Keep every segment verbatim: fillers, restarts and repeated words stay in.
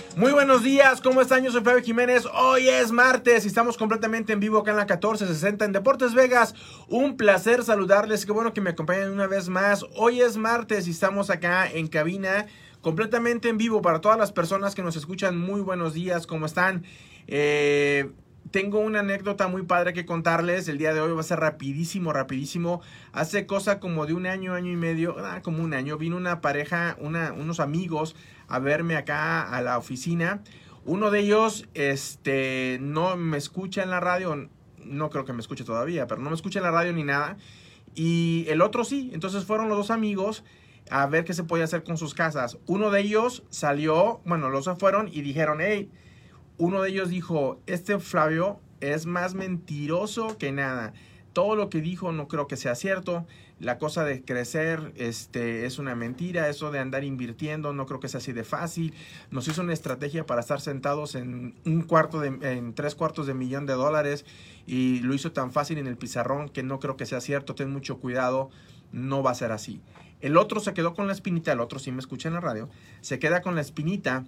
Muy buenos días, ¿cómo están? Yo soy Flavio Jiménez, hoy es martes y estamos completamente en vivo acá en la catorce sesenta en Deportes Vegas. Un placer saludarles, qué bueno que me acompañen una vez más. Hoy es martes y estamos acá en cabina completamente en vivo para todas las personas que nos escuchan. Muy buenos días, ¿cómo están? Eh... Tengo una anécdota muy padre que contarles. El día de hoy va a ser rapidísimo, rapidísimo. Hace cosa como de un año, año y medio, ah, como un año, vino una pareja, una, unos amigos a verme acá a la oficina. Uno de ellos este, no me escucha en la radio, no creo que me escuche todavía, pero no me escucha en la radio ni nada. Y el otro sí, entonces fueron los dos amigos a ver qué se podía hacer con sus casas. Uno de ellos salió, bueno, los dos fueron y dijeron, hey, uno de ellos dijo, este Flavio es más mentiroso que nada. Todo lo que dijo no creo que sea cierto. La cosa de crecer este, es una mentira. Eso de andar invirtiendo no creo que sea así de fácil. Nos hizo una estrategia para estar sentados en un cuarto de, en tres cuartos de millón de dólares. Y lo hizo tan fácil en el pizarrón que no creo que sea cierto. Ten mucho cuidado. No va a ser así. El otro se quedó con la espinita. El otro sí me escucha en la radio. Se queda con la espinita.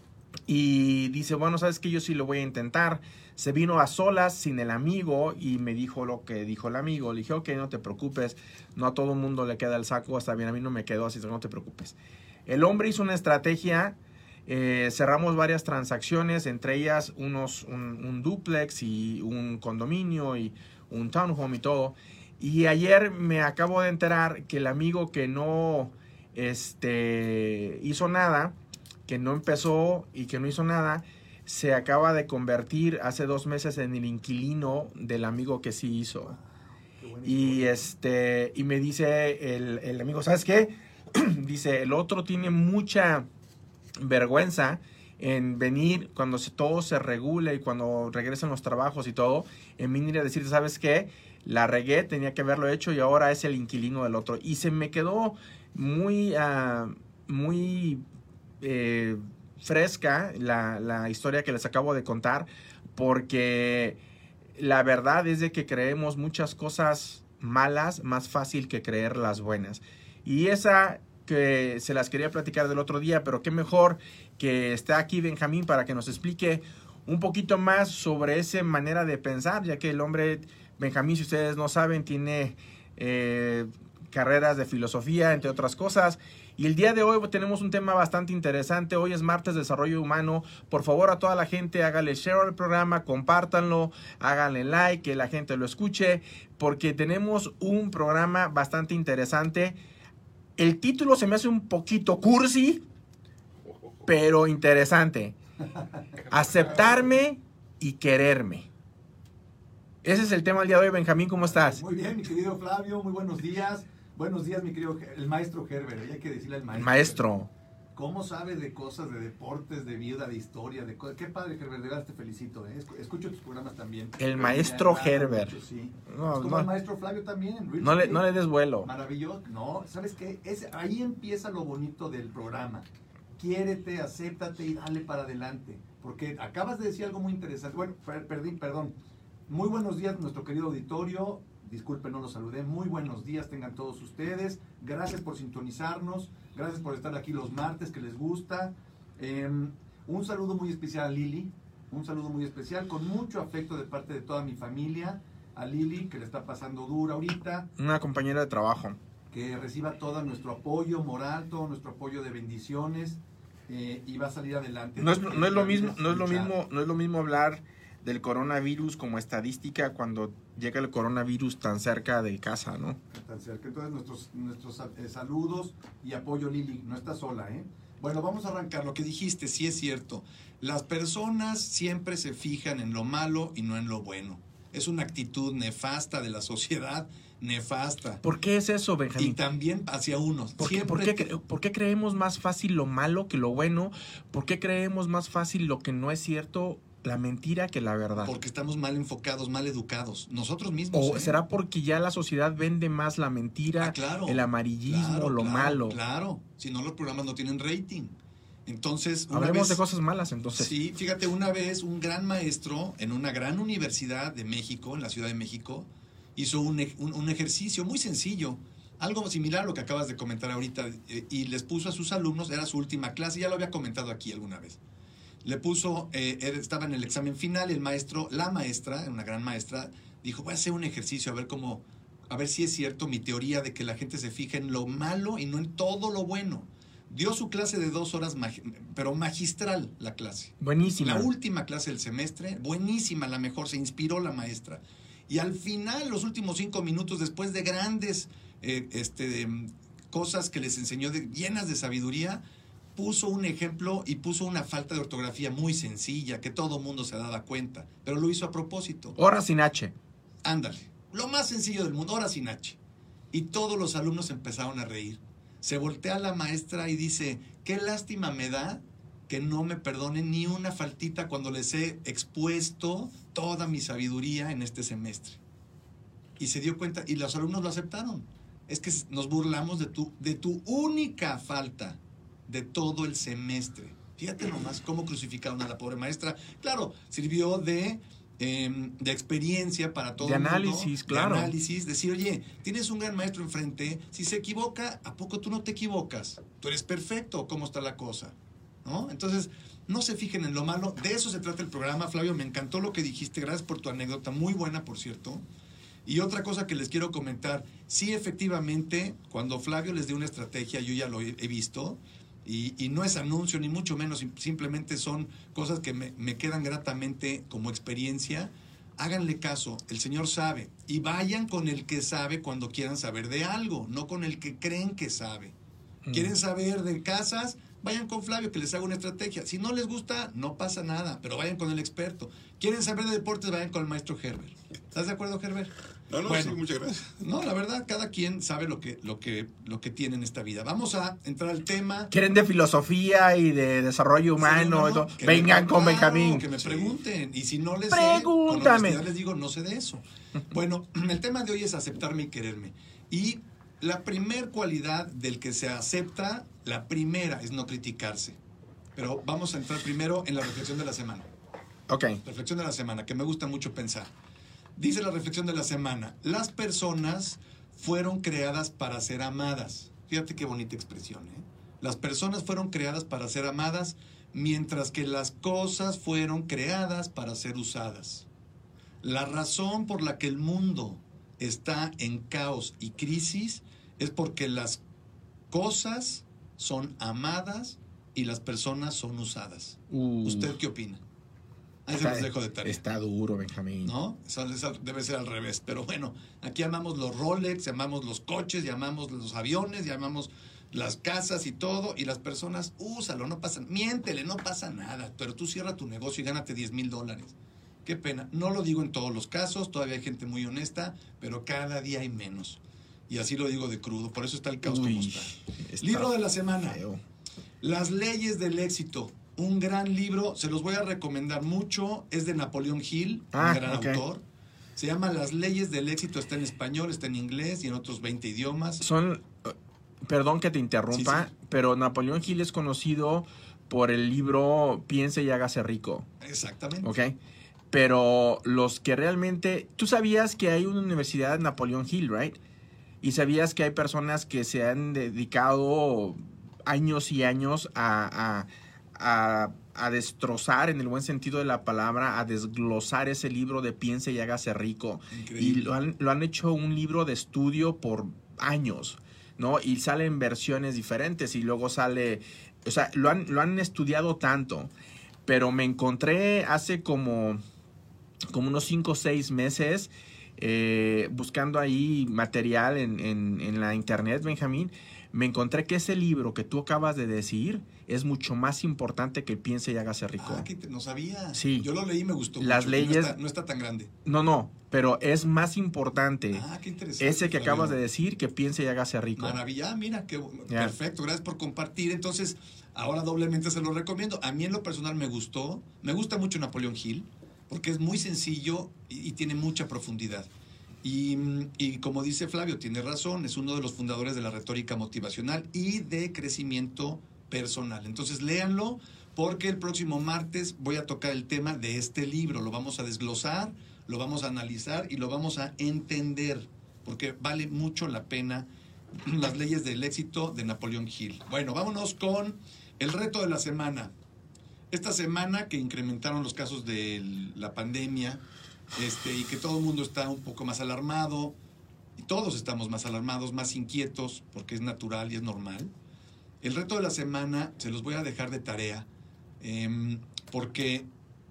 Y dice, bueno, ¿sabes qué? Yo sí lo voy a intentar. Se vino a solas, sin el amigo, y me dijo lo que dijo el amigo. Le dije, ok, no te preocupes. No a todo mundo le queda el saco, hasta bien a mí no me quedó, así que no te preocupes. El hombre hizo una estrategia. Eh, cerramos varias transacciones, entre ellas unos, un, un duplex y un condominio y un townhome y todo. Y ayer me acabo de enterar que el amigo que no este, hizo nada, que no empezó y que no hizo nada, se acaba de convertir hace dos meses en el inquilino del amigo que sí hizo. Y este y me dice el, el amigo, ¿sabes qué? Dice, el otro tiene mucha vergüenza en venir cuando se, todo se regule y cuando regresen los trabajos y todo, en venir a decirte, ¿sabes qué? La regué, tenía que haberlo hecho y ahora es el inquilino del otro. Y se me quedó muy, uh, muy... Eh, fresca la, la historia que les acabo de contar, porque la verdad es de que creemos muchas cosas malas más fácil que creer las buenas, y esa que se las quería platicar del otro día, pero qué mejor que esté aquí Benjamín para que nos explique un poquito más sobre esa manera de pensar, ya que el hombre Benjamín, si ustedes no saben, tiene eh, carreras de filosofía, entre otras cosas. Y el día de hoy tenemos un tema bastante interesante. Hoy es martes de desarrollo humano. Por favor, a toda la gente, háganle share al programa, compártanlo, háganle like, que la gente lo escuche, porque tenemos un programa bastante interesante. El título se me hace un poquito cursi, pero interesante. Aceptarme y quererme. Ese es el tema del día de hoy. Benjamín, ¿cómo estás? Muy bien, mi querido Flavio, muy buenos días. Buenos días, mi querido, el maestro Herbert, hay que decirle al maestro. Maestro. ¿Cómo sabe de cosas, de deportes, de vida, de historia, de cosas? Qué padre, Herbert, de verdad te felicito, ¿eh? Escucho tus programas también. El maestro Herbert. Mucho, sí. No, es como no. el maestro Flavio también. No le, no le des vuelo. Maravilloso. No, ¿sabes qué? Es, ahí empieza lo bonito del programa. Quiérete, acéptate y dale para adelante. Porque acabas de decir algo muy interesante. Bueno, per, perdí, perdón. Muy buenos días, nuestro querido auditorio. Disculpen, no los saludé. Muy buenos días tengan todos ustedes. Gracias por sintonizarnos. Gracias por estar aquí los martes, que les gusta. Eh, un saludo muy especial a Lili. Un saludo muy especial, con mucho afecto de parte de toda mi familia. A Lili, que le está pasando dura ahorita. Una compañera de trabajo. Que reciba todo nuestro apoyo moral, todo nuestro apoyo de bendiciones. Eh, y va a salir adelante. No es, no es lo mismo, no es lo mismo, no es lo mismo hablar del coronavirus como estadística cuando llega el coronavirus tan cerca de casa, ¿no? Tan cerca. Entonces nuestros, nuestros eh, saludos y apoyo, Lili, no está sola, ¿eh? Bueno, vamos a arrancar. Lo que dijiste, sí es cierto. Las personas siempre se fijan en lo malo y no en lo bueno. Es una actitud nefasta de la sociedad, nefasta. ¿Por qué es eso, Benjamín? Y también hacia unos. ¿Por qué, ¿por, qué, cre ¿Por qué creemos más fácil lo malo que lo bueno? ¿Por qué creemos más fácil lo que no es cierto, la mentira, que la verdad? Porque estamos mal enfocados, mal educados. Nosotros mismos. ¿O ¿eh? será porque ya la sociedad vende más la mentira, ah, claro, el amarillismo, claro, lo claro, malo? Claro, si no los programas no tienen rating. Entonces, una hablemos vez, de cosas malas, entonces. Sí, fíjate, una vez un gran maestro en una gran universidad de México, en la Ciudad de México, hizo un, un, un ejercicio muy sencillo, algo similar a lo que acabas de comentar ahorita, eh, y les puso a sus alumnos, era su última clase, ya lo había comentado aquí alguna vez. le puso, eh, estaba en el examen final, el maestro, la maestra, una gran maestra, dijo, voy a hacer un ejercicio a ver cómo, a ver si es cierto mi teoría de que la gente se fija en lo malo y no en todo lo bueno. Dio su clase de dos horas, mag- pero magistral la clase. Buenísima. La última clase del semestre, buenísima, la mejor, se inspiró la maestra. Y al final, los últimos cinco minutos, después de grandes eh, este, de, cosas que les enseñó de, llenas de sabiduría, puso un ejemplo y puso una falta de ortografía muy sencilla, que todo mundo se daba cuenta, pero lo hizo a propósito. Hora sin H. Ándale, lo más sencillo del mundo, hora sin H. Y todos los alumnos empezaron a reír. Se voltea la maestra y dice, qué lástima me da que no me perdonen ni una faltita cuando les he expuesto toda mi sabiduría en este semestre. Y se dio cuenta, y los alumnos lo aceptaron. Es que nos burlamos de tu, de tu única falta de todo el semestre. Fíjate nomás cómo crucificaron a la pobre maestra. Claro, sirvió de, eh, de experiencia para todo De el mundo. análisis, claro. De análisis, decir, oye, tienes un gran maestro enfrente, si se equivoca, ¿a poco tú no te equivocas? Tú eres perfecto, ¿cómo está la cosa? ¿No? Entonces, no se fijen en lo malo. De eso se trata el programa. Flavio, me encantó lo que dijiste. Gracias por tu anécdota, muy buena, por cierto. Y otra cosa que les quiero comentar, sí, efectivamente, cuando Flavio les dio una estrategia, yo ya lo he, he visto, y, y no es anuncio, ni mucho menos, simplemente son cosas que me, me quedan gratamente como experiencia. Háganle caso, el Señor sabe, y vayan con el que sabe cuando quieran saber de algo, no con el que creen que sabe. Mm. ¿Quieren saber de casas? Vayan con Flavio, que les haga una estrategia. Si no les gusta, no pasa nada, pero vayan con el experto. ¿Quieren saber de deportes? Vayan con el maestro Herbert. ¿Estás de acuerdo, Herbert? No, no, bueno, sí, muchas gracias. No, la verdad, cada quien sabe lo que, lo que, lo que tiene en esta vida. Vamos a entrar al tema. ¿Quieren de filosofía y de desarrollo humano? Sí, no, no, me, vengan con claro, Benjamín. Que me pregunten. Y si no les Pregúntame. sé, con honestidad les digo, no sé de eso. Bueno, el tema de hoy es aceptarme y quererme. Y la primer cualidad del que se acepta, la primera es no criticarse. Pero vamos a entrar primero en la reflexión de la semana. Ok. Reflexión de la semana, que me gusta mucho pensar. Dice la reflexión de la semana, las personas fueron creadas para ser amadas. Fíjate qué bonita expresión, ¿eh? Las personas fueron creadas para ser amadas, mientras que las cosas fueron creadas para ser usadas. La razón por la que el mundo está en caos y crisis es porque las cosas son amadas y las personas son usadas. Uh. ¿Usted qué opina? Ahí está, se los dejo de tarea. Está duro, Benjamín. ¿No? Eso, eso debe ser al revés. Pero bueno, aquí amamos los Rolex, llamamos los coches, llamamos los aviones, llamamos las casas y todo. Y las personas, úsalo, no pasa, miéntele, no pasa nada. Pero tú cierra tu negocio y gánate diez mil dólares. Qué pena. No lo digo en todos los casos, todavía hay gente muy honesta, pero cada día hay menos. Y así lo digo de crudo, por eso está el caos Uy, como está. está. Libro de la semana. Feo. Las leyes del éxito. Un gran libro, se los voy a recomendar mucho, es de Napoleón Hill, ah, un gran okay. autor. Se llama Las leyes del éxito, está en español, está en inglés y en otros veinte idiomas. Son, perdón que te interrumpa, sí, sí. pero Napoleón Hill es conocido por el libro Piense y hágase rico. Exactamente. Ok, pero los que realmente, tú sabías que hay una universidad en Napoleón Hill, right? Y sabías que hay personas que se han dedicado años y años a... a A, a destrozar, en el buen sentido de la palabra, a desglosar ese libro de Piense y hágase rico. Increíble. Y lo han, lo han hecho un libro de estudio por años, ¿no? Y salen versiones diferentes y luego sale, o sea, lo han, lo han estudiado tanto. Pero me encontré hace como, como unos cinco o seis meses eh, buscando ahí material en, en, en la internet, Benjamín. Me encontré que ese libro que tú acabas de decir es mucho más importante que el Piense y hágase rico. Ah, que te, no sabía. Sí. Yo lo leí y me gustó Las mucho. leyes... No está, no está tan grande. No, no, pero es más importante ah, qué interesante, ese que Flavio. acabas de decir que Piense y hágase rico. Maravilla, mira, qué yeah. perfecto. Gracias por compartir. Entonces, ahora doblemente se lo recomiendo. A mí en lo personal me gustó. Me gusta mucho Napoleón Hill porque es muy sencillo y, y tiene mucha profundidad. Y, y como dice Flavio, tiene razón, es uno de los fundadores de la retórica motivacional y de crecimiento personal. Entonces léanlo porque el próximo martes voy a tocar el tema de este libro. Lo vamos a desglosar, lo vamos a analizar y lo vamos a entender porque vale mucho la pena las leyes del éxito de Napoleón Hill. Bueno, vámonos con el reto de la semana. esta semana que incrementaron los casos de la pandemia, este, y que todo el mundo está un poco más alarmado, y todos estamos más alarmados, más inquietos, porque es natural y es normal. El reto de la semana se los voy a dejar de tarea, eh, porque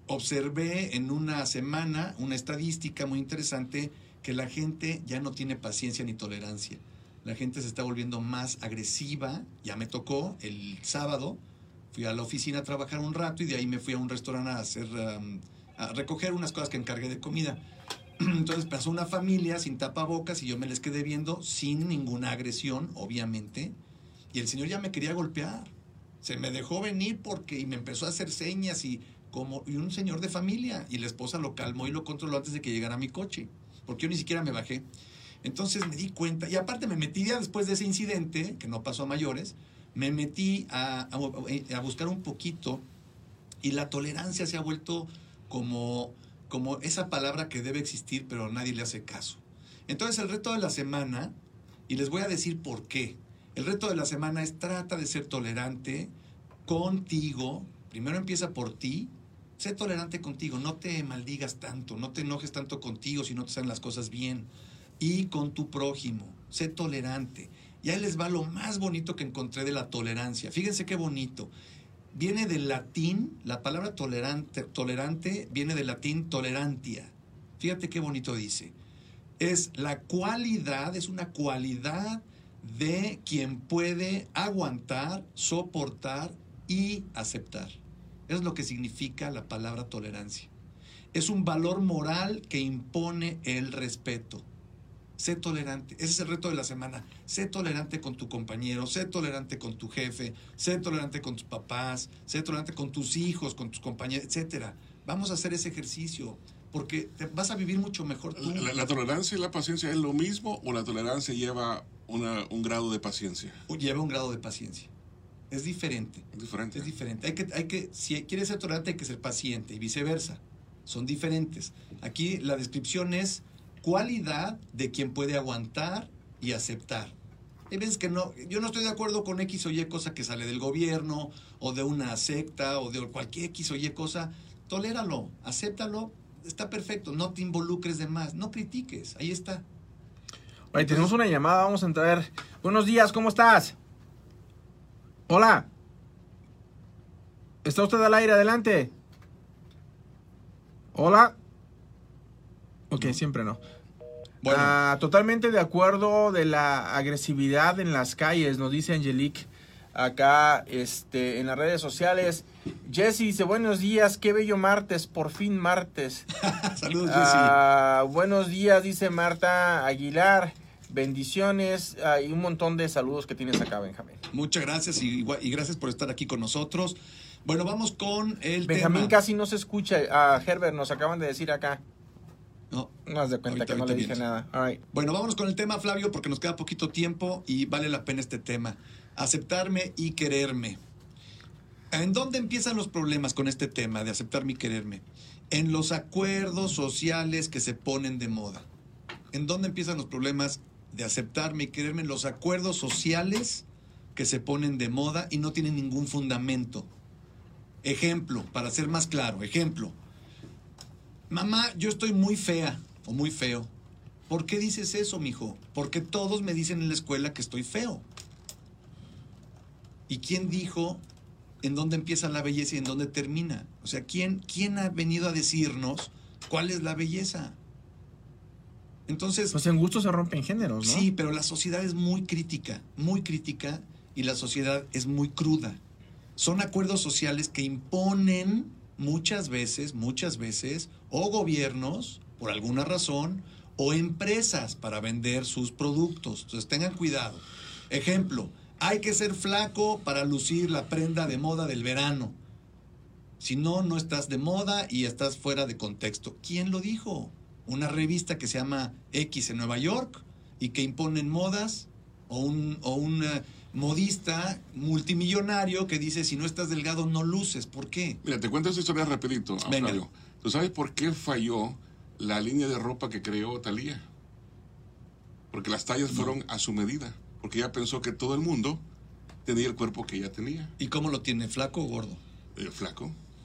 observé en una semana una estadística muy interesante que la gente ya no tiene paciencia ni tolerancia. La gente se está volviendo más agresiva. Ya me tocó el sábado, fui a la oficina a trabajar un rato y de ahí me fui a un restaurante a hacer, um, a recoger unas cosas que encargué de comida. Entonces pasó una familia sin tapabocas y yo me les quedé viendo sin ninguna agresión, obviamente, y el señor ya me quería golpear. Se me dejó venir porque y me empezó a hacer señas y como y un señor de familia, y la esposa lo calmó y lo controló antes de que llegara a mi coche, porque yo ni siquiera me bajé. Entonces me di cuenta, y aparte me metí ya después de ese incidente, que no pasó a mayores, me metí a, a, a buscar un poquito, y la tolerancia se ha vuelto como, como esa palabra que debe existir, pero nadie le hace caso. Entonces el reto de la semana, y les voy a decir por qué, el reto de la semana es trata de ser tolerante contigo. Primero empieza por ti. Sé tolerante contigo, no te maldigas tanto, no te enojes tanto contigo si no te salen las cosas bien. Y con tu prójimo, sé tolerante. Y ahí les va lo más bonito que encontré de la tolerancia. Fíjense qué bonito. Viene del latín, la palabra tolerante, tolerante viene del latín tolerantia. Fíjate qué bonito dice. Es la cualidad, es una cualidad de quien puede aguantar, soportar y aceptar. Es lo que significa la palabra tolerancia. Es un valor moral que impone el respeto. Sé tolerante. Ese es el reto de la semana. Sé tolerante con tu compañero, sé tolerante con tu jefe, sé tolerante con tus papás, sé tolerante con tus hijos, con tus compañeros, etcétera. Vamos a hacer ese ejercicio porque te vas a vivir mucho mejor tú. ¿La, la tolerancia y la paciencia es lo mismo o la tolerancia lleva una, un grado de paciencia? Lleva un grado de paciencia. Es diferente. Es diferente. Es diferente. Hay que, hay que, si quieres ser tolerante, hay que ser paciente y viceversa. Son diferentes. Aquí la descripción es cualidad de quien puede aguantar y aceptar. Hay veces que no, yo no estoy de acuerdo con X o Y cosa que sale del gobierno o de una secta o de cualquier X o Y cosa. Toléralo, acéptalo, está perfecto. No te involucres de más, no critiques, ahí está. Oye, tenemos una llamada, vamos a entrar. Buenos días, ¿cómo estás? Hola. ¿Está usted al aire? Adelante. Hola. Ok, no. Siempre no. Bueno. Ah, totalmente de acuerdo de la agresividad en las calles, nos dice Angelique acá este, en las redes sociales. Jessy dice, buenos días, qué bello martes, por fin martes. Saludos, ah, Jessy. Buenos días, dice Marta Aguilar. Bendiciones uh, y un montón de saludos que tienes acá, Benjamín. Muchas gracias y, y gracias por estar aquí con nosotros. Bueno, vamos con el Benjamín tema. Casi no se escucha. A uh, Herbert nos acaban de decir acá. No, no has de cuenta ahorita, que no le dije vienes. Nada. All right. Bueno, vámonos con el tema, Flavio, porque nos queda poquito tiempo y vale la pena este tema. Aceptarme y quererme. ¿En dónde empiezan los problemas con este tema de aceptarme y quererme? En los acuerdos sociales que se ponen de moda. ¿En dónde empiezan los problemas de aceptarme y quererme? En los acuerdos sociales que se ponen de moda y no tienen ningún fundamento. Ejemplo, para ser más claro, ejemplo. Mamá, yo estoy muy fea o muy feo. ¿Por qué dices eso, mijo? Porque todos me dicen en la escuela que estoy feo. ¿Y quién dijo en dónde empieza la belleza y en dónde termina? O sea, ¿quién, quién ha venido a decirnos cuál es la belleza? Entonces, pues en gusto se rompen géneros, ¿no? Sí, pero la sociedad es muy crítica, muy crítica, y la sociedad es muy cruda. Son acuerdos sociales que imponen muchas veces, muchas veces, o gobiernos, por alguna razón, o empresas para vender sus productos. Entonces tengan cuidado. Ejemplo, hay que ser flaco para lucir la prenda de moda del verano. Si no, no estás de moda y estás fuera de contexto. ¿Quién lo dijo? Una revista que se llama X en Nueva York y que imponen modas, o un, o un uh, modista multimillonario que dice si no estás delgado no luces. ¿Por qué? Mira, te cuento esta historia rapidito, Venga. Flavio. ¿Tú sabes por qué falló la línea de ropa que creó Thalía? Porque las tallas no. fueron a su medida. Porque ella pensó que todo el mundo tenía el cuerpo que ella tenía. ¿Y cómo lo tiene? ¿Flaco o gordo? Eh, flaco.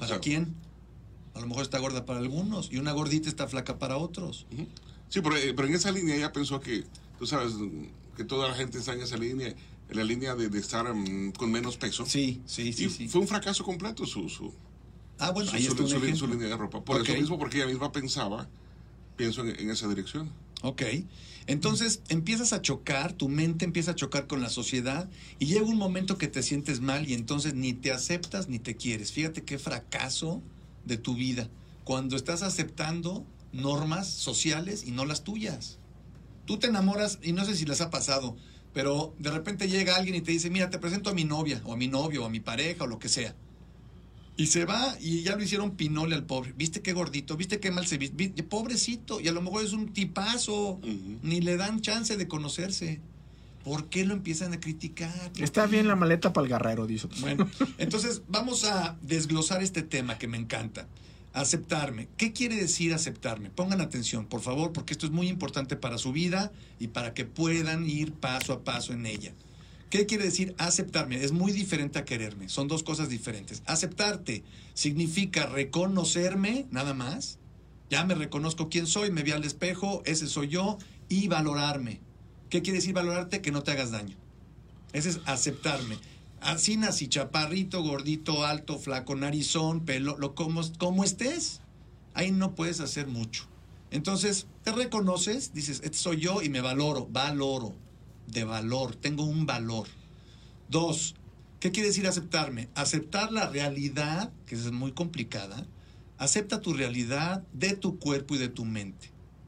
¿Para sea, quién? A lo mejor está gorda para algunos y una gordita está flaca para otros. Uh-huh. Sí, pero, pero en esa línea ella pensó que, tú sabes, que toda la gente está en esa línea, en la línea de, de estar um, con menos peso. Sí, sí, sí, y sí. fue un fracaso completo su, su, ah, bueno, su, ahí su, está un su, ejemplo. su línea de ropa. Por Okay. eso mismo, porque ella misma pensaba, pienso en, en esa dirección. Ok, entonces empiezas a chocar, tu mente empieza a chocar con la sociedad y llega un momento que te sientes mal y entonces ni te aceptas ni te quieres. Fíjate qué fracaso de tu vida cuando estás aceptando normas sociales y no las tuyas. Tú te enamoras y no sé si les ha pasado, pero de repente llega alguien y te dice, mira, te presento a mi novia o a mi novio o a mi pareja o lo que sea. Y se va y ya lo hicieron pinole al pobre. ¿Viste qué gordito? ¿Viste qué mal se viste? Pobrecito. Y a lo mejor es un tipazo. Uh-huh. Ni le dan chance de conocerse. ¿Por qué lo empiezan a criticar? Está bien la maleta para el guerrero, dice. Bueno, entonces vamos a desglosar este tema que me encanta. Aceptarme. ¿Qué quiere decir aceptarme? Pongan atención, por favor, porque esto es muy importante para su vida y para que puedan ir paso a paso en ella. ¿Qué quiere decir aceptarme? Es muy diferente a quererme. Son dos cosas diferentes. Aceptarte significa reconocerme, nada más. Ya me reconozco quién soy, me vi al espejo, ese soy yo, y valorarme. ¿Qué quiere decir valorarte? Que no te hagas daño. Ese es aceptarme. Así nací, chaparrito, gordito, alto, flaco, narizón, pelo, lo como, como estés. Ahí no puedes hacer mucho. Entonces, te reconoces, dices, este soy yo y me valoro, valoro. De valor, tengo un valor. Dos, ¿qué quiere decir aceptarme? Aceptar la realidad, que es muy complicada. Acepta tu realidad de tu cuerpo y de tu mente.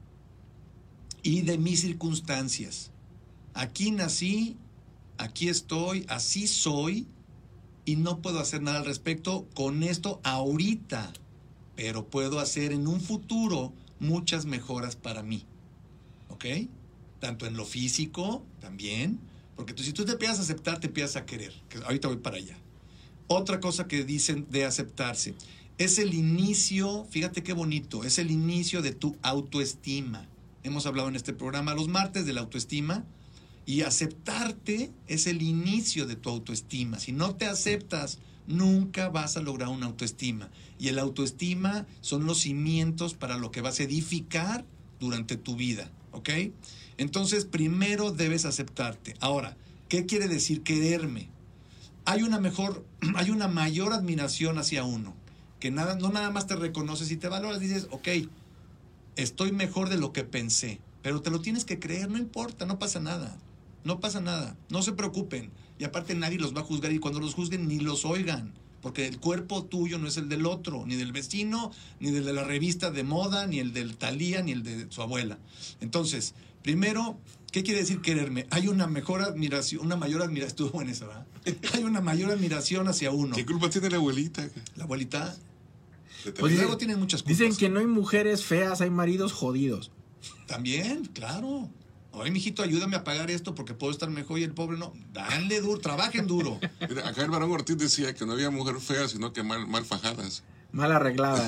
Y de mis circunstancias. Aquí nací, aquí estoy, así soy, y no puedo hacer nada al respecto con esto ahorita, pero puedo hacer en un futuro muchas mejoras para mí. ¿Ok? Tanto en lo físico, también, porque tú, si tú te empiezas a aceptar, te empiezas a querer, que ahorita voy para allá. Otra cosa que dicen de aceptarse, es el inicio, fíjate qué bonito, es el inicio de tu autoestima. Hemos hablado en este programa los martes de la autoestima, y aceptarte es el inicio de tu autoestima. Si no te aceptas, nunca vas a lograr una autoestima, y el autoestima son los cimientos para lo que vas a edificar durante tu vida, ¿ok? Entonces, primero debes aceptarte. Ahora, ¿qué quiere decir quererme? Hay una mejor, hay una mayor admiración hacia uno, que nada, no nada más te reconoces y te valoras, dices, ok, estoy mejor de lo que pensé, pero te lo tienes que creer, no importa, no pasa nada, no pasa nada, no se preocupen, y aparte nadie los va a juzgar, y cuando los juzguen ni los oigan, porque el cuerpo tuyo no es el del otro, ni del vecino, ni del de la revista de moda, ni el del Talía, ni el de su abuela. Entonces, primero, ¿qué quiere decir quererme? Hay una mejor admiración, una mayor admiración, estuvo en esa, ¿verdad? Hay una mayor admiración hacia uno. ¿Qué culpa tiene la abuelita? La abuelita, pues luego tiene muchas culpas. Dicen que no hay mujeres feas, hay maridos jodidos. También, claro. Oye, mijito, ayúdame a pagar esto porque puedo estar mejor y el pobre no. Dale duro, trabajen duro. Mira, acá el varón Ortiz decía que no había mujer fea, sino que mal, mal fajadas. Mal arregladas.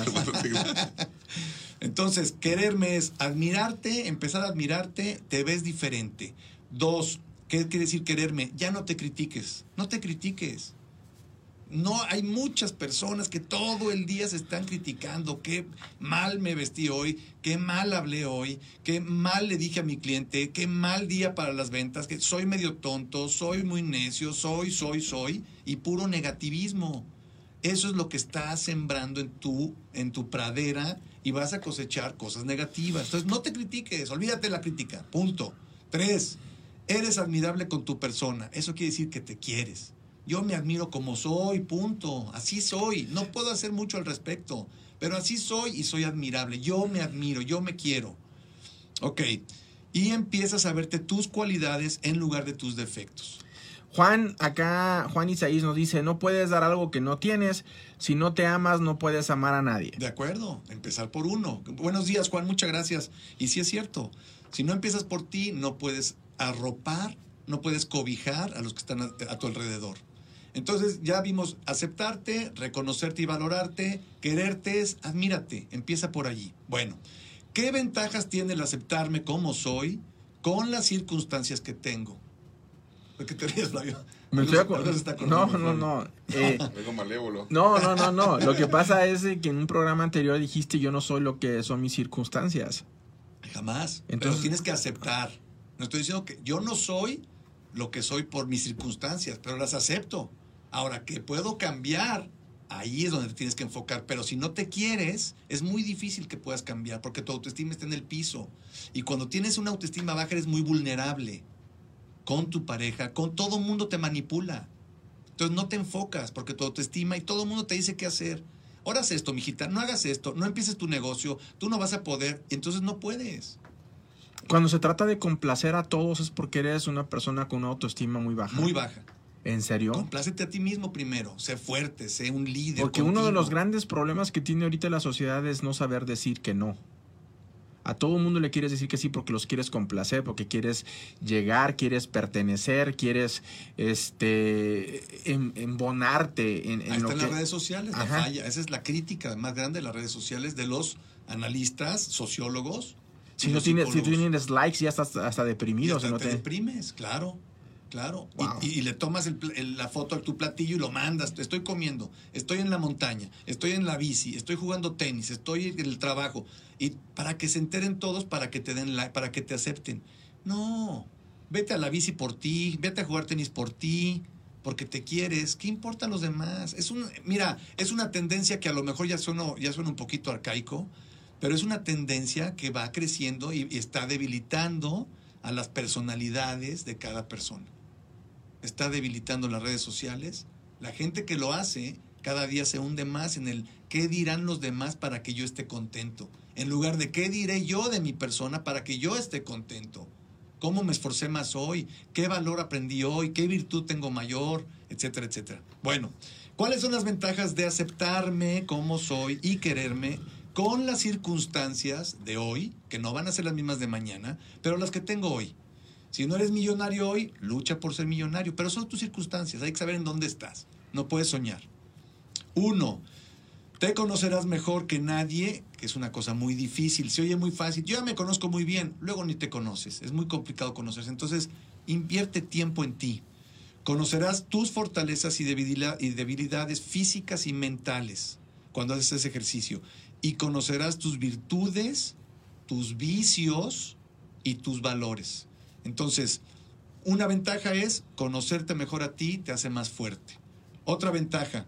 Entonces, quererme es admirarte, empezar a admirarte, te ves diferente. Dos, ¿qué quiere decir quererme? Ya no te critiques, no te critiques. No, hay muchas personas que todo el día se están criticando, qué mal me vestí hoy, qué mal hablé hoy, qué mal le dije a mi cliente, qué mal día para las ventas, que soy medio tonto, soy muy necio, soy, soy, soy, y puro negativismo. Eso es lo que estás sembrando en tu, en tu pradera y vas a cosechar cosas negativas. Entonces no te critiques, olvídate de la crítica, punto. Tres, eres admirable con tu persona, eso quiere decir que te quieres. Yo me admiro como soy, punto. Así soy. No puedo hacer mucho al respecto, pero así soy y soy admirable. Yo me admiro, yo me quiero. Ok. Y empiezas a verte tus cualidades en lugar de tus defectos. Juan, acá, Juan Isaías nos dice, no puedes dar algo que no tienes. Si no te amas, no puedes amar a nadie. De acuerdo. Empezar por uno. Buenos días, Juan. Muchas gracias. Y sí es cierto. Si no empiezas por ti, no puedes arropar, no puedes cobijar a los que están a, a tu alrededor. Entonces ya vimos aceptarte, reconocerte y valorarte, quererte es admírate, empieza por allí. Bueno, ¿qué ventajas tiene el aceptarme como soy con las circunstancias que tengo? ¿Por qué te ríes, Flavio? Me Algo- estoy acu- algo se está No, acordando, no, Flavio. no. Eh, Algo malévolo. no, no, no, no. Lo que pasa es de que en un programa anterior dijiste yo no soy lo que son mis circunstancias. Jamás. Entonces- Pero tienes que aceptar. No estoy diciendo que yo no soy lo que soy por mis circunstancias, pero las acepto. Ahora, que puedo cambiar, ahí es donde te tienes que enfocar. Pero si no te quieres, es muy difícil que puedas cambiar porque tu autoestima está en el piso. Y cuando tienes una autoestima baja, eres muy vulnerable con tu pareja, con todo mundo te manipula. Entonces no te enfocas porque tu autoestima y todo el mundo te dice qué hacer. Ahora haz esto, mijita, no hagas esto, no empieces tu negocio, tú no vas a poder, y entonces no puedes. Cuando se trata de complacer a todos es porque eres una persona con una autoestima muy baja. Muy baja. ¿En serio? Complácete a ti mismo primero, sé fuerte, sé un líder. Porque uno de contigo. los grandes problemas que tiene ahorita la sociedad es no saber decir que no. A todo el mundo le quieres decir que sí porque los quieres complacer, porque quieres llegar, quieres pertenecer, quieres este em- embonarte en, en Ahí lo están que... las redes sociales, la Ajá. falla. Esa es la crítica más grande de las redes sociales de los analistas, sociólogos. y Si no los tienes, si tú psicólogos. tienes likes ya estás hasta Y deprimido. hasta si no te te- deprimes, claro, claro. Y- Wow. Y, y le tomas el pl- el- la foto a tu platillo y lo mandas. Estoy comiendo, estoy en la montaña, estoy en la bici, estoy jugando tenis, estoy en el trabajo. Y para que se enteren todos, para que te den like, para que te acepten. No, vete a la bici por ti, vete a jugar tenis por ti, porque te quieres. ¿Qué importan los demás? Es un, mira, es una tendencia que a lo mejor ya suena, ya suena un poquito arcaico, pero es una tendencia que va creciendo y, y está debilitando a las personalidades de cada persona. Está debilitando las redes sociales. La gente que lo hace cada día se hunde más en el qué dirán los demás para que yo esté contento, en lugar de qué diré yo de mi persona para que yo esté contento. ¿Cómo me esforcé más hoy? ¿Qué valor aprendí hoy? ¿Qué virtud tengo mayor? Etcétera, etcétera. Bueno, ¿cuáles son las ventajas de aceptarme como soy y quererme con las circunstancias de hoy, que no van a ser las mismas de mañana, pero las que tengo hoy? Si no eres millonario hoy, lucha por ser millonario, pero son tus circunstancias, hay que saber en dónde estás. No puedes soñar. Uno, te conocerás mejor que nadie, que es una cosa muy difícil, se oye muy fácil. Yo ya me conozco muy bien, luego ni te conoces, es muy complicado conocerse. Entonces, invierte tiempo en ti. Conocerás tus fortalezas y debilidad- y debilidades físicas y mentales cuando haces ese ejercicio. Y conocerás tus virtudes, tus vicios y tus valores. Entonces, una ventaja es conocerte mejor a ti, te hace más fuerte. Otra ventaja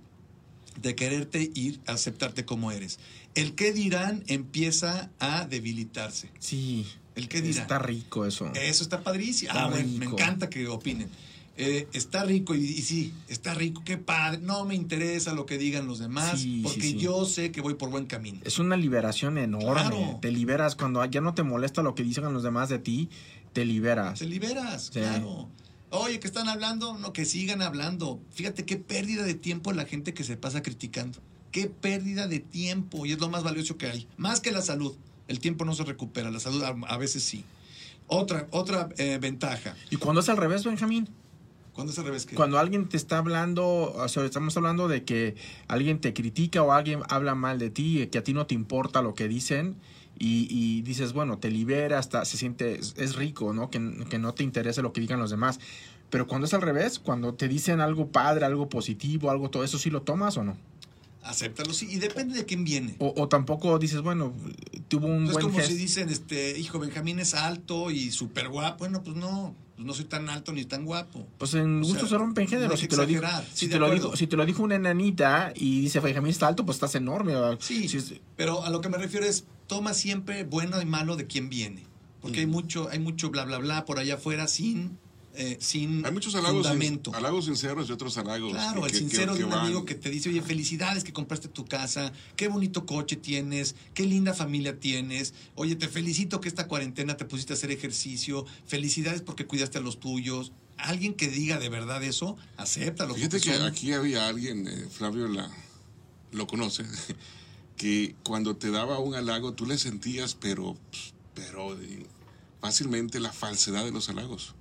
de quererte y aceptarte como eres. El qué dirán empieza a debilitarse. Sí, El qué dirán. está rico eso. Eso está padrísimo. Está Ah, bueno, me rico. encanta que opinen. Eh, está rico y, y sí, está rico, qué padre. No me interesa lo que digan los demás Sí, porque sí, sí. yo sé que voy por buen camino. Es una liberación enorme. Claro. Te liberas cuando ya no te molesta lo que dicen los demás de ti, te liberas. Te liberas, Sí. claro. Oye, que están hablando, no, que sigan hablando. Fíjate qué pérdida de tiempo la gente que se pasa criticando. Qué pérdida de tiempo y es lo más valioso que hay. Más que la salud. El tiempo no se recupera, la salud a, a veces sí. Otra, otra eh, ventaja. Y cuando es al revés, Benjamín, ¿Cuándo es al revés? ¿Qué? cuando alguien te está hablando, o sea, estamos hablando de que alguien te critica o alguien habla mal de ti, que a ti no te importa lo que dicen y, y dices, bueno, te libera, hasta se siente, es, es rico, ¿no? Que, que no te interese lo que digan los demás. Pero cuando es al revés, cuando te dicen algo padre, algo positivo, algo todo eso, ¿sí lo tomas o no? Acéptalo, sí. Y depende de quién viene. O, o tampoco dices, bueno, tuvo un Es buen como gesto. si dicen, este, hijo, Benjamín es alto y súper guapo. Bueno, pues no, pues no soy tan alto ni tan guapo. Pues en O gustos sea, se rompen no géneros. hay si, que te lo dijo, exagerar, si, sí, te de lo acuerdo. dijo, si te lo dijo una enanita y dice Benjamín está alto, pues estás enorme. Sí, Si es- pero a lo que me refiero es, toma siempre bueno y malo de quien viene. Porque Mm. hay mucho, hay mucho bla, bla, bla por allá afuera sin, eh, sin Hay muchos halagos, sin- fundamento. halagos sinceros y otros halagos. Claro, que- el que- sincero que- de un que van. amigo que te dice, oye, felicidades que compraste tu casa, qué bonito coche tienes, qué linda familia tienes, oye, te felicito que esta cuarentena te pusiste a hacer ejercicio, felicidades porque cuidaste a los tuyos. Alguien que diga de verdad eso, acéptalo. Fíjate porque que son- aquí había alguien, eh, Flavio la, lo conoce, que cuando te daba un halago tú le sentías, pero, pero eh, fácilmente la falsedad de los halagos.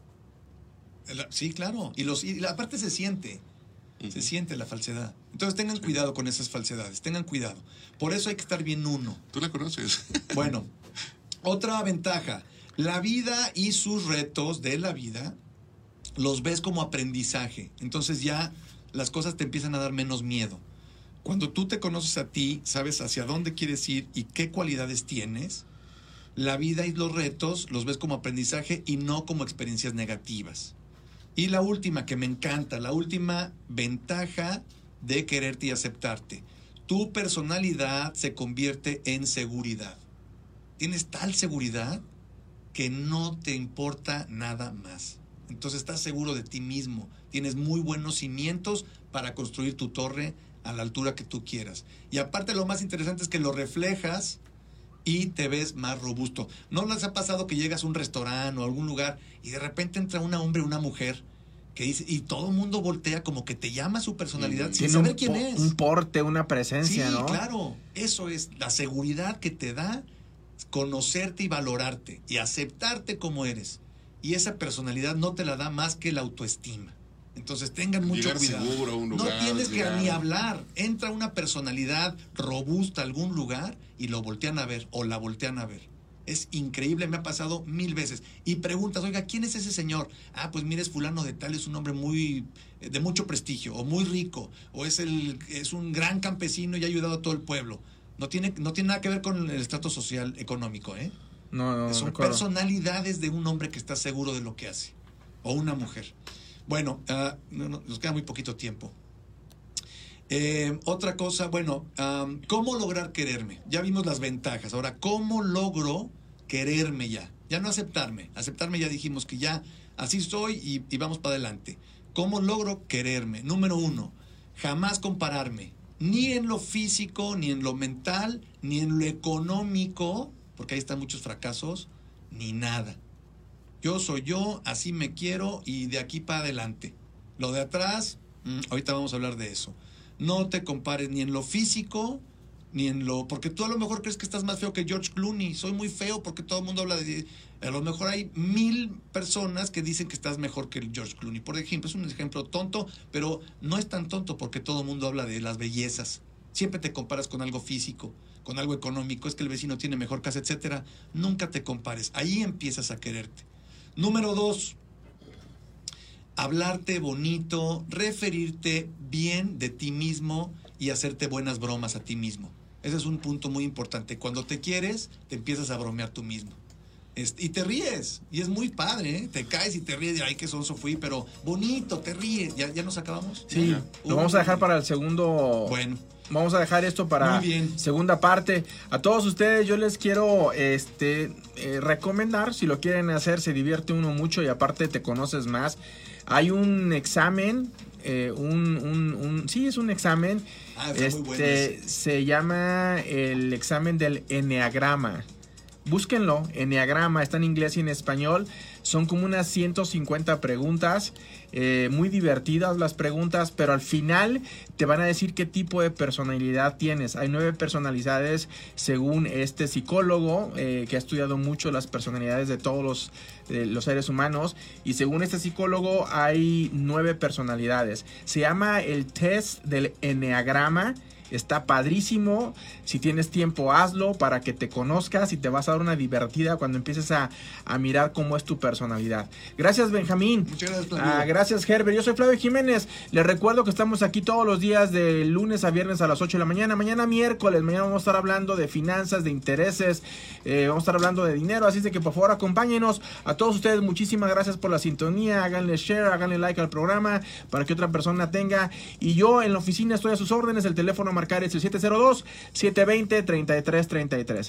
La- Sí, claro. Y, los, y la parte se siente. Se siente la falsedad. Entonces tengan cuidado con esas falsedades. Tengan cuidado. Por eso hay que estar bien uno. ¿Tú la conoces? Bueno, otra ventaja. La vida y sus retos de la vida los ves como aprendizaje. Entonces ya las cosas te empiezan a dar menos miedo. Cuando tú te conoces a ti, sabes hacia dónde quieres ir y qué cualidades tienes, la vida y los retos los ves como aprendizaje y no como experiencias negativas. Y la última que me encanta, la última ventaja de quererte y aceptarte. Tu personalidad se convierte en seguridad. Tienes tal seguridad que no te importa nada más. Entonces estás seguro de ti mismo. Tienes muy buenos cimientos para construir tu torre a la altura que tú quieras. Y aparte lo más interesante es que lo reflejas y te ves más robusto. ¿No les ha pasado que llegas a un restaurante o a algún lugar y de repente entra un hombre o una mujer que dice, y todo el mundo voltea como que te llama su personalidad mm, sin Tiene saber un quién po- es? Un porte, una presencia, Sí, ¿no? claro. Eso es la seguridad que te da conocerte y valorarte y aceptarte como eres. Y esa personalidad no te la da más que la autoestima. Entonces tengan mucho Llegar cuidado. seguro a un lugar, no tienes que llegar- ni hablar. Entra una personalidad robusta a algún lugar y lo voltean a ver o la voltean a ver. Es increíble, me ha pasado mil veces. Y preguntas, oiga, ¿quién es ese señor? Ah, pues mire, es fulano de tal, es un hombre muy de mucho prestigio, o muy rico, o es el es un gran campesino y ha ayudado a todo el pueblo. No tiene, no tiene nada que ver con el estrato social económico, ¿eh? No, no, no Son recuerdo. personalidades de un hombre que está seguro de lo que hace. O una mujer. Bueno, uh, no, no, nos queda muy poquito tiempo. Eh, otra cosa, bueno, um, ¿cómo lograr quererme? Ya vimos las ventajas. Ahora, ¿cómo logro quererme ya? Ya no aceptarme. Aceptarme ya dijimos que ya así soy y, y vamos para adelante. ¿Cómo logro quererme? Número uno, jamás compararme. Ni en lo físico, ni en lo mental, ni en lo económico, porque ahí están muchos fracasos, ni nada. Yo soy yo, así me quiero y de aquí para adelante. Lo de atrás, mmm, ahorita vamos a hablar de eso. No te compares ni en lo físico, ni en lo... Porque tú a lo mejor crees que estás más feo que George Clooney. Soy muy feo porque todo el mundo habla de... A lo mejor hay mil personas que dicen que estás mejor que el George Clooney. Por ejemplo, es un ejemplo tonto, pero no es tan tonto porque todo el mundo habla de las bellezas. Siempre te comparas con algo físico, con algo económico. Es que el vecino tiene mejor casa, etcétera. Nunca te compares. Ahí empiezas a quererte. Número dos, hablarte bonito, referirte bien de ti mismo y hacerte buenas bromas a ti mismo. Ese es un punto muy importante. Cuando te quieres, te empiezas a bromear tú mismo. Este, y te ríes, y es muy padre, ¿eh? Te caes y te ríes, y ay, qué sonso fui, pero bonito, te ríes. ¿Ya, ya nos acabamos? Sí, ¿Ya? lo vamos a dejar Uy. para el segundo. Bueno. Vamos a dejar esto para Muy bien. segunda parte. A todos ustedes yo les quiero este eh, recomendar, si lo quieren hacer, se divierte uno mucho y aparte te conoces más. Hay un examen, eh, un, un, un, sí es un examen, Ah, está muy bueno este ese. se llama el examen del Enneagrama. Búsquenlo, Enneagrama, está en inglés y en español. Son como unas ciento cincuenta preguntas, eh, muy divertidas las preguntas, pero al final te van a decir qué tipo de personalidad tienes. Hay nueve personalidades según este psicólogo eh, que ha estudiado mucho las personalidades de todos los, eh, los seres humanos. Y según este psicólogo hay nueve personalidades. Se llama el test del Enneagrama. Está padrísimo. Si tienes tiempo, hazlo para que te conozcas y te vas a dar una divertida cuando empieces a, a mirar cómo es tu personalidad. Gracias, Benjamín. Muchas gracias, Flavio. Ah, gracias, Herbert. Yo soy Flavio Jiménez. Les recuerdo que estamos aquí todos los días de lunes a viernes a las ocho de la mañana. Mañana miércoles, mañana vamos a estar hablando de finanzas, de intereses. Eh, vamos a estar hablando de dinero. Así es de que por favor acompáñenos. A todos ustedes, muchísimas gracias por la sintonía. Háganle share, háganle like al programa para que otra persona tenga. Y yo en la oficina estoy a sus órdenes. El teléfono a marcar es el siete cero dos, siete dos cero, tres tres tres tres.